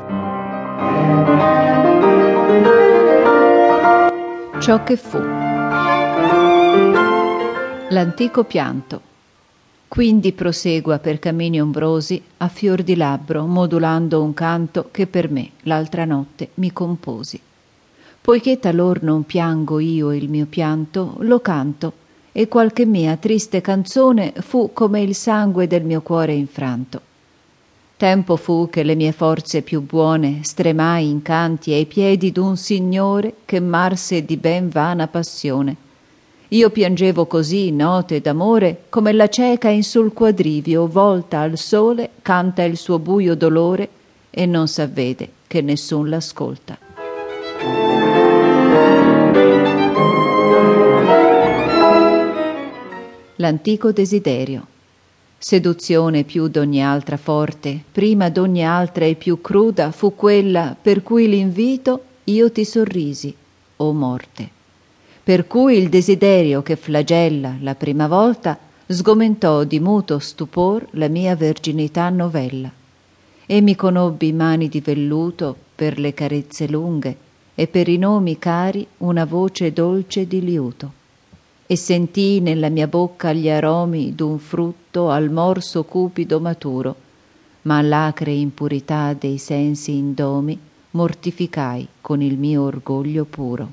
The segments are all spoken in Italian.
Ciò che fu. L'antico pianto. Quindi prosegua per cammini ombrosi a fior di labbro, modulando un canto che per me l'altra notte mi composi. Poiché talor non piango io il mio pianto, lo canto, e qualche mia triste canzone fu come il sangue del mio cuore infranto. Tempo fu che le mie forze più buone stremai in canti ai piedi d'un signore che m'arse di ben vana passione. Io piangevo così note d'amore come la cieca in sul quadrivio volta al sole canta il suo buio dolore e non s'avvede che nessun l'ascolta. L'antico desiderio. Seduzione più d'ogni altra forte, prima d'ogni altra e più cruda fu quella per cui l'invito io ti sorrisi, o morte. Per cui il desiderio che flagella la prima volta sgomentò di muto stupor la mia verginità novella. E mi conobbi mani di velluto per le carezze lunghe e per i nomi cari una voce dolce di liuto. E sentii nella mia bocca gli aromi d'un frutto al morso cupido maturo, ma l'acre impurità dei sensi indomi mortificai con il mio orgoglio puro.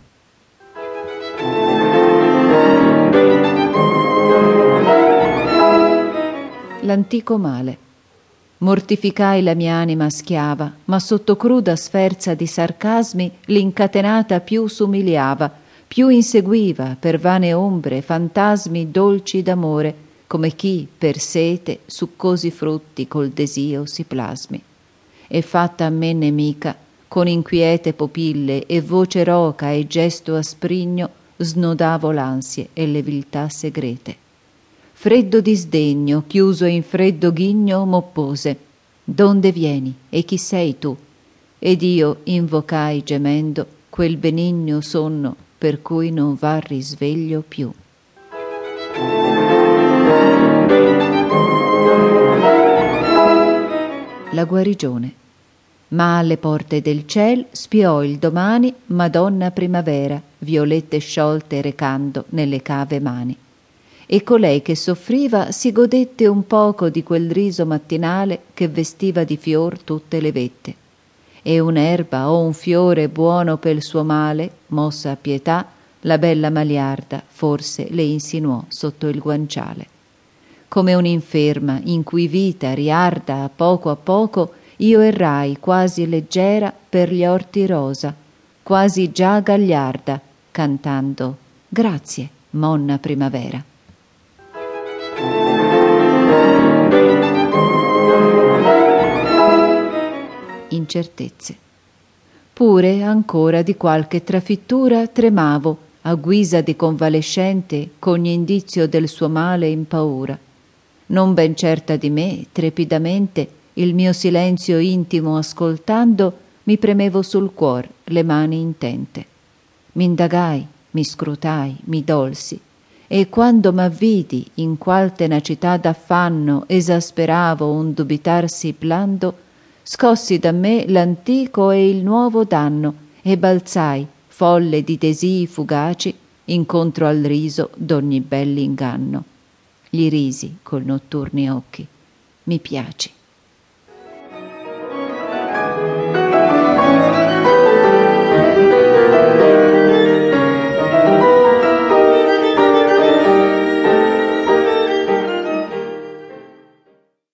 L'antico male. Mortificai la mia anima schiava, ma sotto cruda sferza di sarcasmi l'incatenata più s'umiliava, più inseguiva per vane ombre fantasmi dolci d'amore, come chi per sete succosi frutti col desio si plasmi. E fatta a me nemica, con inquiete popille e voce roca e gesto asprigno, snodavo l'ansie e le viltà segrete. Freddo disdegno, chiuso in freddo ghigno, m'oppose. Donde vieni e chi sei tu? Ed io invocai gemendo quel benigno sonno per cui non va risveglio più. La guarigione. Ma alle porte del ciel spiò il domani Madonna Primavera, violette sciolte recando nelle cave mani. E colei che soffriva si godette un poco di quel riso mattinale che vestiva di fior tutte le vette. E un'erba o un fiore buono pel suo male, mossa a pietà, la bella Maliarda forse le insinuò sotto il guanciale. Come un'inferma in cui vita riarda a poco, io errai quasi leggera per gli orti rosa, quasi già gagliarda, cantando «Grazie, monna primavera». Incertezze. Pure ancora di qualche trafittura tremavo, a guisa di convalescente, c'ogni indizio del suo male in paura. Non ben certa di me, trepidamente, il mio silenzio intimo ascoltando, mi premevo sul cuor le mani intente. M'indagai, mi scrutai, mi dolsi, e quando m'avvidi in qual tenacità d'affanno esasperavo un dubitarsi blando, scossi da me l'antico e il nuovo danno e balzai, folle di desii fugaci, incontro al riso d'ogni bell'inganno. Gli risi col notturni occhi: mi piaci.